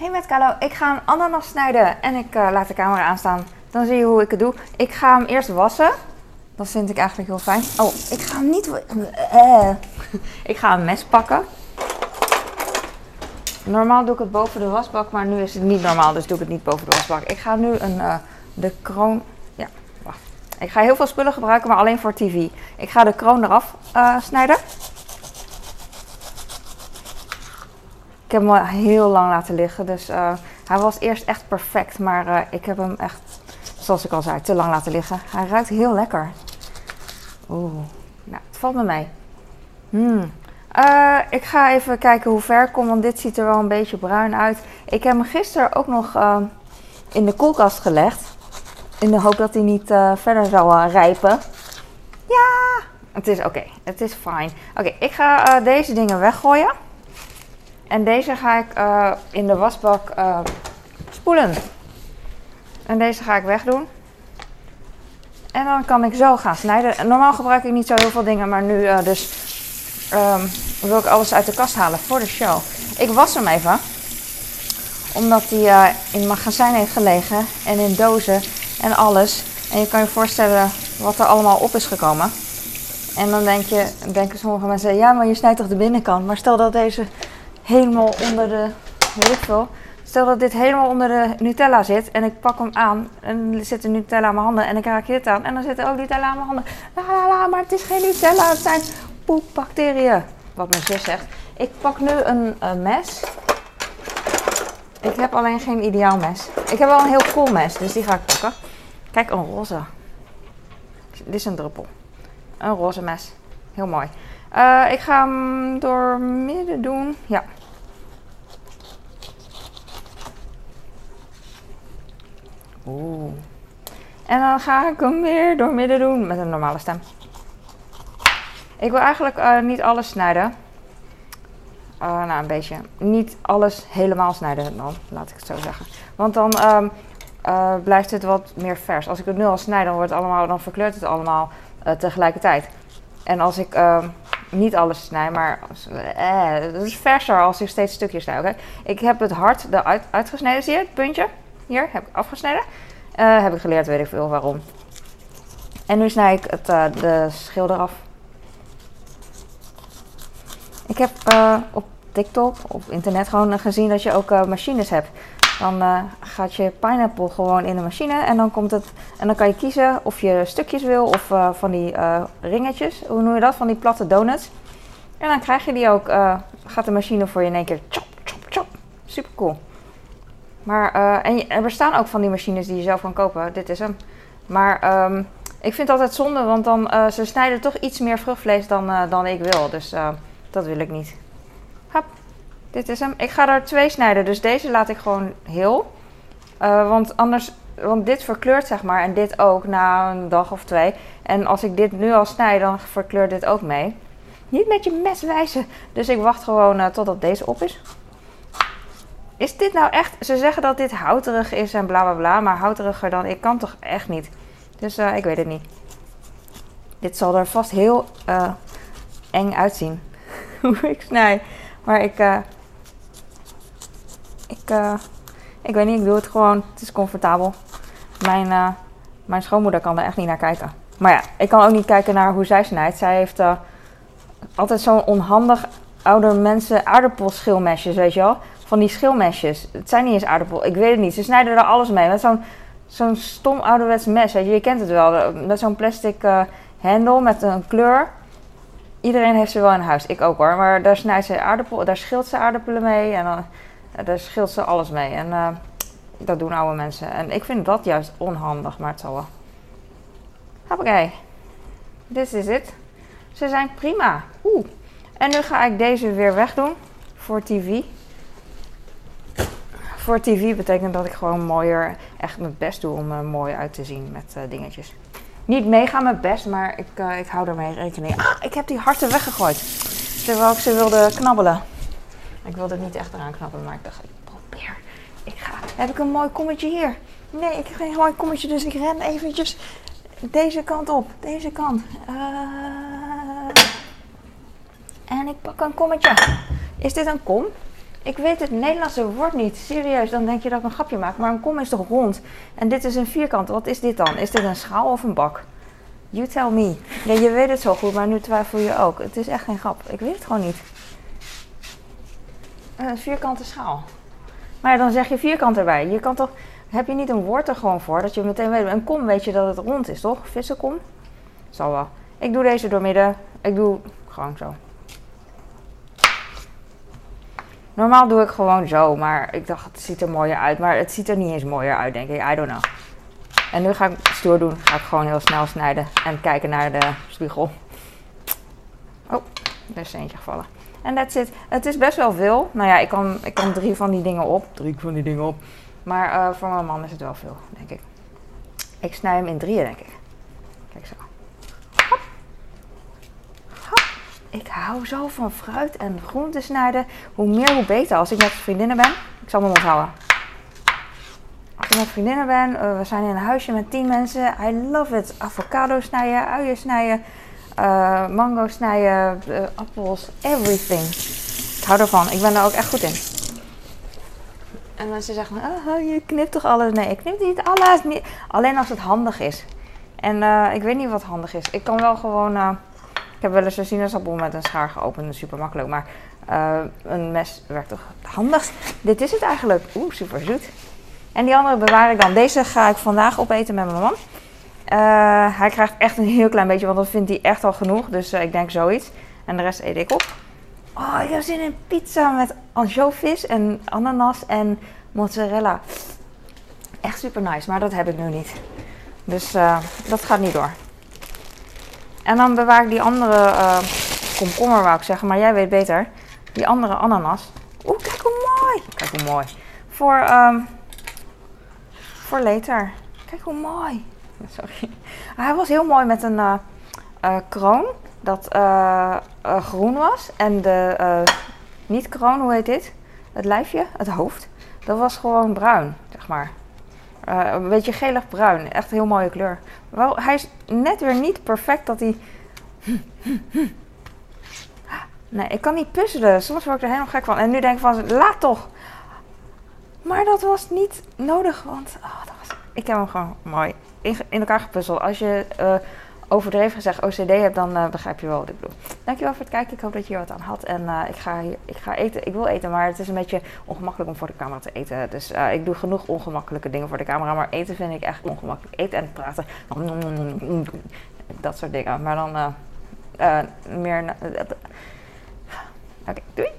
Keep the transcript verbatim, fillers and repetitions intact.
Hey met Carlo, ik ga een ananas snijden en ik uh, laat de camera aanstaan. Dan zie je hoe ik het doe. Ik ga hem eerst wassen. Dat vind ik eigenlijk heel fijn. Oh, ik ga hem niet... Uh, ik ga een mes pakken. Normaal doe ik het boven de wasbak, maar nu is het niet normaal, dus doe ik het niet boven de wasbak. Ik ga nu een, uh, de kroon... Ja, wacht. Ik ga heel veel spullen gebruiken, maar alleen voor tv. Ik ga de kroon eraf uh, snijden. Ik heb hem al heel lang laten liggen, dus uh, hij was eerst echt perfect. Maar uh, ik heb hem echt, zoals ik al zei, te lang laten liggen. Hij ruikt heel lekker. Oeh, nou, het valt me mee. Hmm. Uh, ik ga even kijken hoe ver ik kom, want dit ziet er wel een beetje bruin uit. Ik heb hem gisteren ook nog uh, in de koelkast gelegd. In de hoop dat hij niet uh, verder zou uh, rijpen. Ja, het is oké. Okay. Het is fijn. Oké, okay, ik ga uh, deze dingen weggooien. En deze ga ik uh, in de wasbak uh, spoelen. En deze ga ik wegdoen. En dan kan ik zo gaan snijden. Normaal gebruik ik niet zo heel veel dingen, maar nu uh, dus um, wil ik alles uit de kast halen voor de show. Ik was hem even. Omdat hij uh, in het magazijn heeft gelegen en in dozen en alles. En je kan je voorstellen wat er allemaal op is gekomen. En dan denk je, denken sommige mensen, ja maar je snijdt toch de binnenkant. Maar stel dat deze helemaal onder de, weet ik veel. Stel dat dit helemaal onder de Nutella zit en ik pak hem aan en er zit de Nutella aan mijn handen en ik raak dit aan en dan zit er ook Nutella aan mijn handen. La la la, maar het is geen Nutella, het zijn poepbacteriën. Wat mijn zus zegt. Ik pak nu een, een mes. Ik heb alleen geen ideaal mes. Ik heb wel een heel cool mes, dus die ga ik pakken. Kijk, een roze. Dit is een druppel. Een roze mes. Heel mooi. Uh, ik ga hem door midden doen. Ja. Oeh. En dan ga ik hem weer door midden doen met een normale stem. Ik wil eigenlijk uh, niet alles snijden. Uh, nou, een beetje. Niet alles helemaal snijden dan, laat ik het zo zeggen. Want dan um, uh, blijft het wat meer vers. Als ik het nu al snijd, dan, wordt het allemaal, dan verkleurt het allemaal uh, tegelijkertijd. En als ik uh, niet alles snij, maar uh, het is verser als ik steeds stukjes snij. Okay? Ik heb het hart eruit uitgesneden, zie je het puntje? Hier heb ik afgesneden. Uh, heb ik geleerd, weet ik veel waarom. En nu snij ik het, uh, de schil eraf. Ik heb uh, op TikTok, op internet gewoon gezien dat je ook uh, machines hebt. Dan uh, gaat je pineapple gewoon in de machine en dan komt het. En dan kan je kiezen of je stukjes wil of uh, van die uh, ringetjes. Hoe noem je dat? Van die platte donuts. En dan krijg je die ook. Uh, gaat de machine voor je in één keer chop, chop, chop. Super cool. Maar uh, en je, er bestaan ook van die machines die je zelf kan kopen. Dit is hem. Maar um, ik vind het altijd zonde, want dan uh, ze snijden toch iets meer vruchtvlees dan, uh, dan ik wil. Dus uh, dat wil ik niet. Hop. Dit is hem. Ik ga er twee snijden, dus deze laat ik gewoon heel. Uh, want anders, want dit verkleurt zeg maar en dit ook na een dag of twee. En als ik dit nu al snij, dan verkleurt dit ook mee. Niet met je mes wijzen. Dus ik wacht gewoon uh, totdat deze op is. Is dit nou echt... Ze zeggen dat dit houterig is en bla bla bla, maar houteriger dan ik kan toch echt niet. Dus uh, ik weet het niet. Dit zal er vast heel uh, eng uitzien. Hoe ik snij. Maar ik... Uh, Ik, uh, ik weet niet, ik doe het gewoon. Het is comfortabel. Mijn, uh, mijn schoonmoeder kan er echt niet naar kijken. Maar ja, ik kan ook niet kijken naar hoe zij snijdt. Zij heeft uh, altijd zo'n onhandig ouder mensen aardappelschilmesjes, weet je wel. Van die schilmesjes. Het zijn niet eens aardappel, ik weet het niet. Ze snijden er alles mee. Met zo'n, zo'n stom ouderwets mes, weet je. Je kent het wel. Met zo'n plastic uh, hendel met een kleur. Iedereen heeft ze wel in huis. Ik ook hoor. Maar daar snijdt ze aardappel, daar schilt ze aardappelen mee. En dan... Daar scheelt ze alles mee. En uh, dat doen oude mensen. En ik vind dat juist onhandig, maar het zal wel. Hoppakee. This is it. Ze zijn prima. Oeh. En nu ga ik deze weer wegdoen. Voor tv. Voor tv betekent dat ik gewoon mooier, echt mijn best doe om er uh, mooi uit te zien met uh, dingetjes. Niet mega mijn best, maar ik, uh, ik hou ermee rekening. Ah, ik heb die harten weggegooid. Terwijl ik ze wilde knabbelen. Ik wilde het niet echt eraan knappen, maar ik dacht, ik probeer. Ik ga. Heb ik een mooi kommetje hier? Nee, ik heb geen mooi kommetje, dus ik ren eventjes deze kant op. Deze kant. Uh, en ik pak een kommetje. Is dit een kom? Ik weet het Nederlandse woord niet. Serieus, dan denk je dat ik een grapje maak. Maar een kom is toch rond? En dit is een vierkant. Wat is dit dan? Is dit een schaal of een bak? You tell me. Ja, je weet het zo goed, maar nu twijfel je ook. Het is echt geen grap. Ik weet het gewoon niet. Een vierkante schaal. Maar ja, dan zeg je vierkant erbij. Je kan toch... Heb je niet een woord er gewoon voor? Dat je meteen weet... Een kom weet je dat het rond is, toch? Vissenkom? Zal wel. Ik doe deze doormidden. Ik doe gewoon zo. Normaal doe ik gewoon zo, maar ik dacht het ziet er mooier uit. Maar het ziet er niet eens mooier uit, denk ik. I don't know. En nu ga ik stoer doen. Ga ik gewoon heel snel snijden en kijken naar de spiegel. Oh, er is eentje gevallen. En that's it. Het is best wel veel. Nou ja, ik kan, ik kan drie van die dingen op. Drie van die dingen op. Maar uh, voor mijn man is het wel veel, denk ik. Ik snij hem in drieën, denk ik. Kijk zo. Hop. Hop. Ik hou zo van fruit en groenten snijden. Hoe meer, hoe beter. Als ik met vriendinnen ben. Ik zal mijn mond houden. Als ik met vriendinnen ben. Uh, we zijn in een huisje met tien mensen. I love it. Avocado snijden, uien snijden. Uh, mango snijden. Uh, appels. Everything. Ik hou ervan. Ik ben er ook echt goed in. En mensen zeggen, oh, je knipt toch alles? Nee, ik knip niet alles. Niet. Alleen als het handig is. En uh, ik weet niet wat handig is. Ik kan wel gewoon... Uh, ik heb wel eens een sinaasappel met een schaar geopend. Super makkelijk. Maar uh, een mes werkt toch handig. Dit is het eigenlijk. Oeh, super zoet. En die andere bewaar ik dan. Deze ga ik vandaag opeten met mijn man. Uh, hij krijgt echt een heel klein beetje. Want dat vindt hij echt al genoeg. Dus uh, ik denk zoiets. En de rest eet ik op. Oh, ik heb zin in pizza met ansjovis en ananas en mozzarella. Echt super nice, maar dat heb ik nu niet. Dus uh, dat gaat niet door. En dan bewaar ik die andere uh, komkommer, wou ik zeggen, maar jij weet beter. Die andere ananas. Oeh, kijk hoe mooi. Kijk hoe mooi. Voor, um, voor later. Kijk hoe mooi. Sorry. Hij was heel mooi met een uh, uh, kroon. Dat uh, uh, groen was. En de, uh, niet kroon, hoe heet dit? Het lijfje, het hoofd. Dat was gewoon bruin, zeg maar. Uh, een beetje gelig bruin. Echt een heel mooie kleur. Wel, hij is net weer niet perfect dat hij... Nee, ik kan niet puzzelen. Soms word ik er helemaal gek van. En nu denk ik van, laat toch. Maar dat was niet nodig, want oh, dat was... ik heb hem gewoon mooi in, in elkaar gepuzzeld. Als je... Uh, overdreven gezegd O C D hebt, dan uh, begrijp je wel wat ik bedoel. Dankjewel voor het kijken. Ik hoop dat je hier wat aan had. En uh, ik, ga hier, ik ga eten. Ik wil eten, maar het is een beetje ongemakkelijk om voor de camera te eten. Dus uh, ik doe genoeg ongemakkelijke dingen voor de camera. Maar eten vind ik echt ongemakkelijk. Eten en praten. Dat soort dingen. Maar dan uh, uh, meer... Uh, Oké, okay, doei!